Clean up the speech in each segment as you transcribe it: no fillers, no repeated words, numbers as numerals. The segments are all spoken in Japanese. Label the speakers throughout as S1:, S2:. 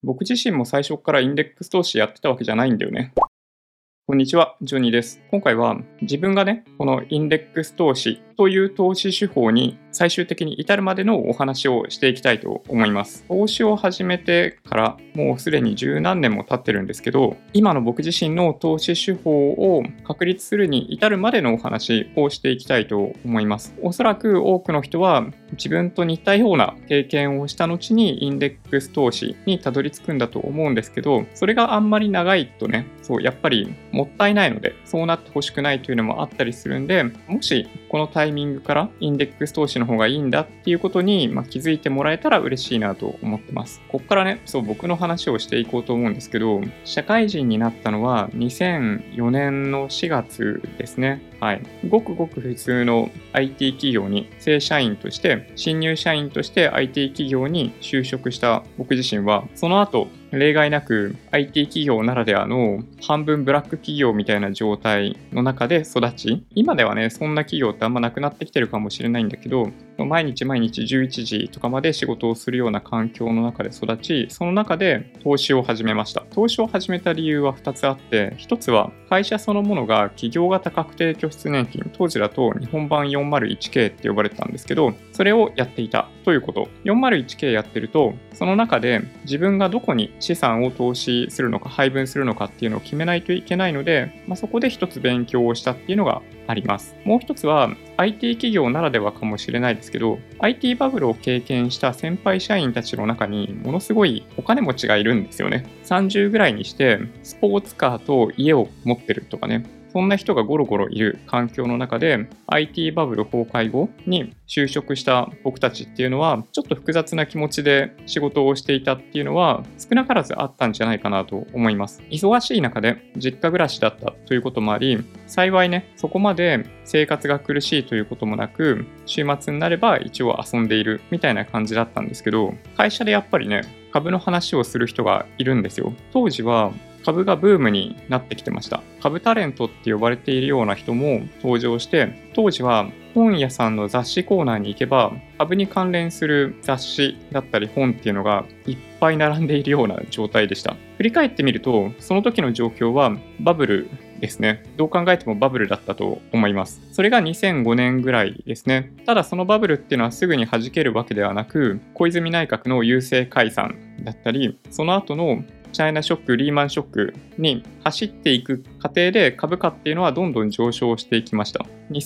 S1: 僕自身も最初からインデックス投資やってたわけじゃないんだよね。こんにちは、ジョニーです。今回は自分がね、このインデックス投資という投資手法に最終的に至るまでのお話をしていきたいと思います。投資を始めてからもうすでに十何年も経ってるんですけど、今の僕自身の投資手法を確立するに至るまでのお話をしていきたいと思います。おそらく多くの人は自分と似たような経験をした後にインデックス投資にたどり着くんだと思うんですけど、それがあんまり長いとね、やっぱりもったいないので、そうなってほしくないというのもあったりするんで、もしこのタイミングからインデックス投資の方がいいんだっていうことに、気づいてもらえたら嬉しいなと思ってます。こっからね、僕の話をしていこうと思うんですけど、社会人になったのは2004年の4月ですね。はい。ごくごく普通の IT 企業に正社員として、新入社員として IT 企業に就職した僕自身は、その後、例外なく IT 企業ならではの半分ブラック企業みたいな状態の中で育ち、今ではね、そんな企業ってあんまなくなってきてるかもしれないんだけど、毎日11時とかまで仕事をするような環境の中で育ち、その中で投資を始めました。投資を始めた理由は2つあって、1つは会社そのものが企業型確定拠出年金、当時だと日本版 401K って呼ばれてたんですけど、それをやっていたということ。401K やってると、その中で自分がどこに資産を投資するのか配分するのかっていうのを決めないといけないので、そこで一つ勉強をしたっていうのがあります。もう一つは IT 企業ならではかもしれないですけど、 IT バブルを経験した先輩社員たちの中にものすごいお金持ちがいるんですよね。30ぐらいにしてスポーツカーと家を持ってるとかね、そんな人がゴロゴロいる環境の中で IT バブル崩壊後に就職した僕たちっていうのはちょっと複雑な気持ちで仕事をしていたっていうのは少なからずあったんじゃないかなと思います。忙しい中で実家暮らしだったということもあり、幸いね、そこまで生活が苦しいということもなく、週末になれば一応遊んでいるみたいな感じだったんですけど、会社でやっぱりね、株の話をする人がいるんですよ。当時は株がブームになってきてました。株タレントって呼ばれているような人も登場して、当時は本屋さんの雑誌コーナーに行けば、株に関連する雑誌だったり本っていうのがいっぱい並んでいるような状態でした。振り返ってみると、その時の状況はバブルですね。どう考えてもバブルだったと思います。それが2005年ぐらいですね。ただそのバブルっていうのはすぐに弾けるわけではなく、小泉内閣の郵政解散だったり、その後のチャイナショック、リーマンショックに走っていく過程で株価っていうのはどんどん上昇していきました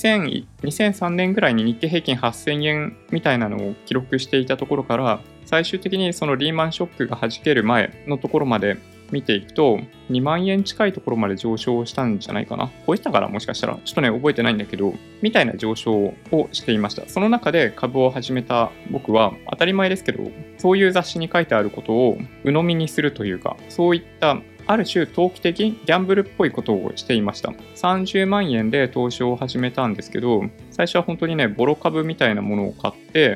S1: 。2003年ぐらいに日経平均8000円みたいなのを記録していたところから、最終的にそのリーマンショックが弾ける前のところまで見ていくと、2万円近いところまで上昇したんじゃないかな。超えたかな、もしかしたら。ちょっとね、覚えてないんだけど、みたいな上昇をしていました。その中で株を始めた僕は、当たり前ですけど、そういう雑誌に書いてあることを鵜呑みにするというか、そういったある種投機的、ギャンブルっぽいことをしていました。30万円で投資を始めたんですけど、最初は本当にね、ボロ株みたいなものを買って、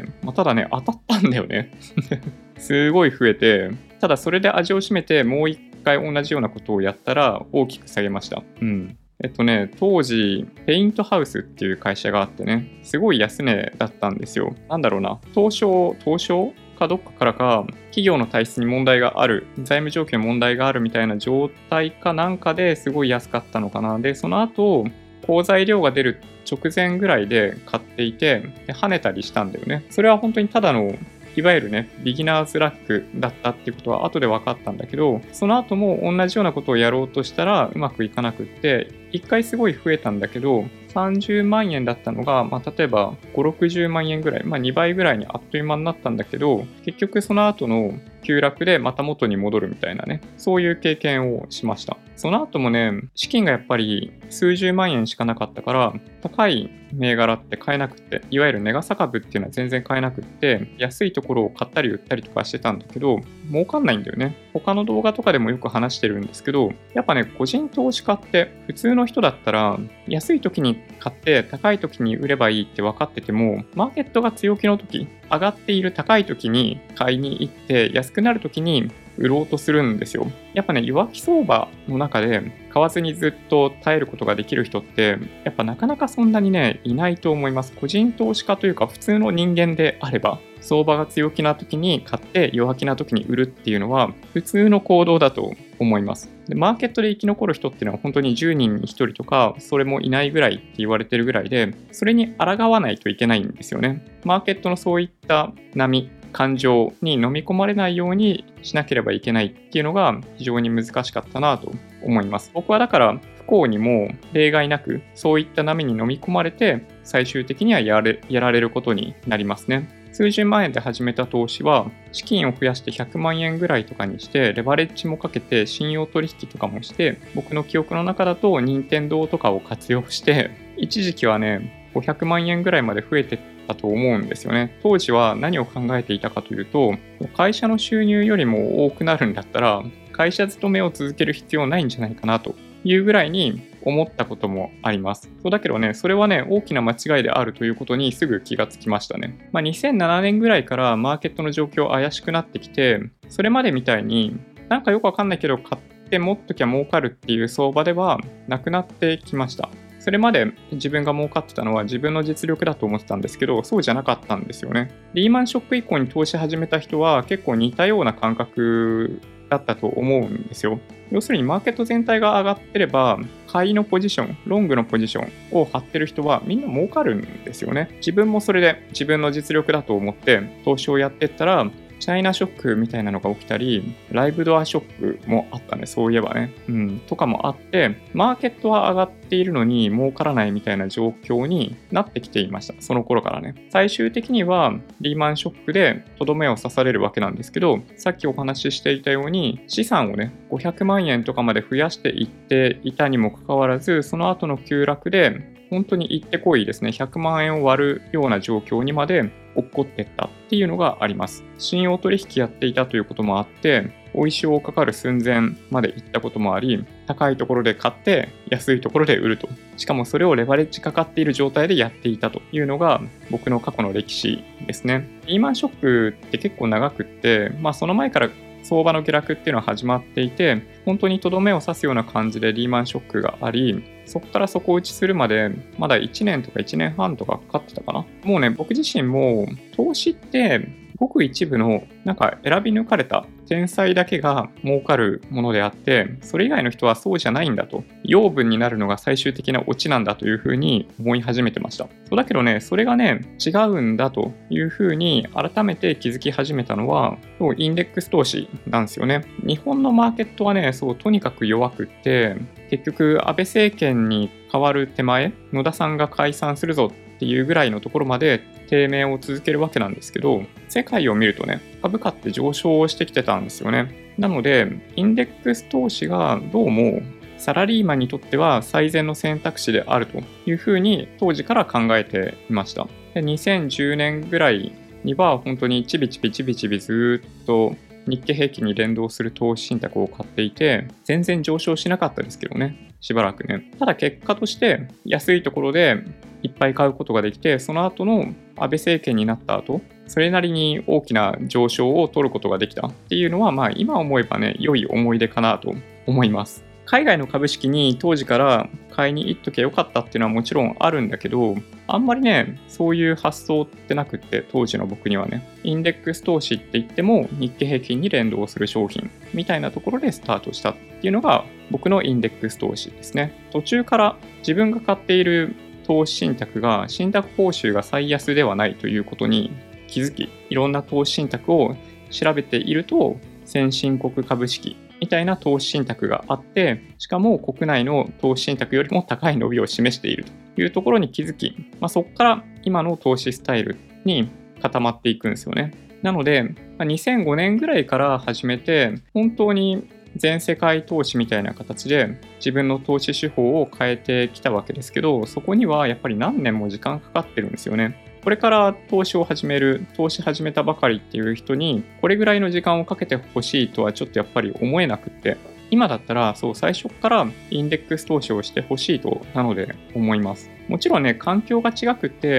S1: ただね、当たったんだよね。すごい増えて、ただそれで味を占めてもう一回同じようなことをやったら大きく下げました。当時、ペイントハウスっていう会社があってね、すごい安値だったんですよ。東証かどっかからか、企業の体質に問題がある、財務状況に問題があるみたいな状態かなんかですごい安かったのかな。で、その後、好材料が出る直前ぐらいで買っていて、跳ねたりしたんだよね。それは本当にただのいわゆるね、ビギナーズラックだったっていうことは後で分かったんだけど、その後も同じようなことをやろうとしたらうまくいかなくって、一回すごい増えたんだけど、30万円だったのが、例えば5、60万円ぐらい、2倍ぐらいにあっという間になったんだけど、結局その後の急落でまた元に戻るみたいなね、そういう経験をしました。その後もね、資金がやっぱり数十万円しかなかったから、高い銘柄って買えなくって、いわゆるネガサ株っていうのは全然買えなくって、安いところを買ったり売ったりとかしてたんだけど、儲かんないんだよね。他の動画とかでもよく話してるんですけど、やっぱね、個人投資家って普通の人だったら、安い時に買って高い時に売ればいいって分かってても、マーケットが強気の時、上がっている高い時に買いに行って、安くなる時に売ろうとするんですよ。やっぱね、弱気相場の中で買わずにずっと耐えることができる人って、やっぱなかなかそんなにね、いないと思います。個人投資家というか普通の人間であれば、相場が強気な時に買って弱気な時に売るっていうのは普通の行動だと思います。で、マーケットで生き残る人っていうのは本当に10人に1人とか、それもいないぐらいって言われてるぐらいで、それに抗わないといけないんですよね。マーケットのそういった波、感情に飲み込まれないようにしなければいけないっていうのが非常に難しかったなと思います。僕はだから不幸にも例外なくそういった波に飲み込まれて最終的にはやられることになりますね。数十万円で始めた投資は資金を増やして100万円ぐらいとかにしてレバレッジもかけて信用取引とかもして僕の記憶の中だと任天堂とかを活用して一時期はね500万円ぐらいまで増えてったと思うんですよね。当時は何を考えていたかというと会社の収入よりも多くなるんだったら会社勤めを続ける必要ないんじゃないかなというぐらいに思ったこともあります。そうだけどね、それはね、大きな間違いであるということにすぐ気がつきましたね。2007年ぐらいからマーケットの状況怪しくなってきて、それまでみたいになんかよくわかんないけど買って持っときゃ儲かるっていう相場ではなくなってきました。それまで自分が儲かってたのは自分の実力だと思ってたんですけど、そうじゃなかったんですよね。リーマンショック以降に投資始めた人は結構似たような感覚だったと思うんですよ。要するにマーケット全体が上がってれば、買いのポジション、ロングのポジションを張ってる人はみんな儲かるんですよね。自分もそれで自分の実力だと思って投資をやってったら、チャイナショックみたいなのが起きたり、ライブドアショックもあったね、そういえばね。とかもあって、マーケットは上がっているのに儲からないみたいな状況になってきていました。その頃からね。最終的にはリーマンショックでとどめを刺されるわけなんですけど、さっきお話ししていたように、資産をね、500万円とかまで増やしていっていたにもかかわらず、その後の急落で、本当に行ってこいですね、100万円を割るような状況にまで落っこってったっていうのがあります。信用取引やっていたということもあって、おいしをかかる寸前まで行ったこともあり、高いところで買って安いところで売ると。しかもそれをレバレッジかかっている状態でやっていたというのが僕の過去の歴史ですね。リーマンショックって結構長くって、その前から相場の下落っていうのは始まっていて、本当にとどめを刺すような感じでリーマンショックがあり、そこから底打ちするまで、まだ1年とか1年半とかかかってたかな。もうね、僕自身も投資ってごく一部の選び抜かれた天才だけが儲かるものであって、それ以外の人はそうじゃないんだと、養分になるのが最終的なオチなんだというふうに思い始めてました。そうだけどね、それがね、違うんだというふうに改めて気づき始めたのは、インデックス投資なんですよね。日本のマーケットはね、とにかく弱くって、結局安倍政権に変わる手前、野田さんが解散するぞっていうぐらいのところまで低迷を続けるわけなんですけど、世界を見るとね、株価って上昇してきてたんですよね。なので、インデックス投資がどうもサラリーマンにとっては最善の選択肢であるというふうに当時から考えていました。で、2010年ぐらいには本当にちびちびずっと日経平均に連動する投資信託を買っていて、全然上昇しなかったですけどね、しばらくね。ただ結果として安いところでいっぱい買うことができて、その後の安倍政権になった後、それなりに大きな上昇を取ることができたっていうのは、今思えばね、良い思い出かなと思います。海外の株式に当時から買いに行っときゃよかったっていうのはもちろんあるんだけど、あんまりね、そういう発想ってなくって、当時の僕にはね、インデックス投資って言っても日経平均に連動する商品みたいなところでスタートしたっていうのが僕のインデックス投資ですね。途中から自分が買っている投資信託が信託報酬が最安ではないということに気づき、いろんな投資信託を調べていると、先進国株式みたいな投資信託があって、しかも国内の投資信託よりも高い伸びを示しているというところに気づき、そこから今の投資スタイルに固まっていくんですよね。なので、2005年ぐらいから始めて、本当に全世界投資みたいな形で自分の投資手法を変えてきたわけですけど、そこにはやっぱり何年も時間かかってるんですよね。これから投資始めたばかりっていう人に、これぐらいの時間をかけてほしいとはちょっとやっぱり思えなくって、今だったら最初からインデックス投資をしてほしいとなので思います。もちろんね、環境が違くて、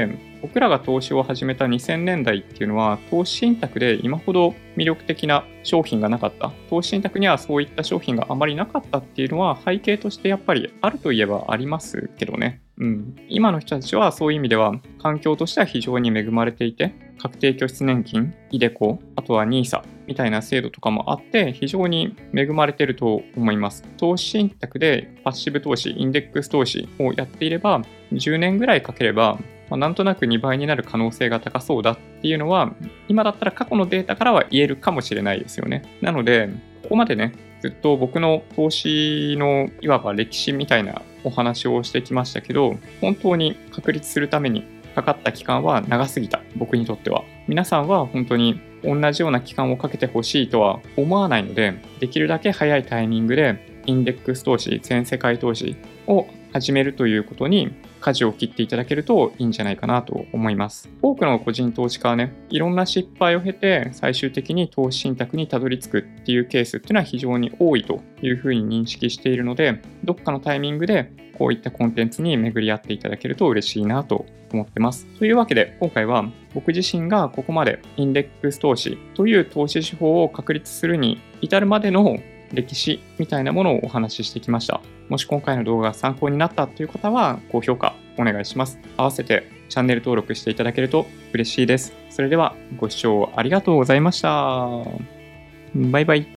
S1: 僕らが投資を始めた2000年代っていうのは、投資信託で今ほど魅力的な商品がなかった。投資信託にはそういった商品があまりなかったっていうのは、背景としてやっぱりあるといえばありますけどね。今の人たちはそういう意味では、環境としては非常に恵まれていて、確定拠出年金、iDeCo、あとは NISA みたいな制度とかもあって、非常に恵まれていると思います。投資信託でパッシブ投資、インデックス投資をやっていれば、10年ぐらいかければ、なんとなく2倍になる可能性が高そうだっていうのは、今だったら過去のデータからは言えるかもしれないですよね。なので、ここまでね、ずっと僕の投資のいわば歴史みたいなお話をしてきましたけど、本当に確立するためにかかった期間は長すぎた、僕にとっては。皆さんは本当に同じような期間をかけてほしいとは思わないので、できるだけ早いタイミングでインデックス投資、全世界投資を始めるということに舵を切っていただけるといいんじゃないかなと思います。多くの個人投資家はね、いろんな失敗を経て最終的に投資信託にたどり着くっていうケースっていうのは非常に多いというふうに認識しているので、どっかのタイミングでこういったコンテンツに巡り合っていただけると嬉しいなと思ってます。というわけで今回は僕自身がここまでインデックス投資という投資手法を確立するに至るまでの歴史みたいなものをお話ししてきました。もし今回の動画が参考になったという方は高評価お願いします。合わせてチャンネル登録していただけると嬉しいです。それではご視聴ありがとうございました。バイバイ。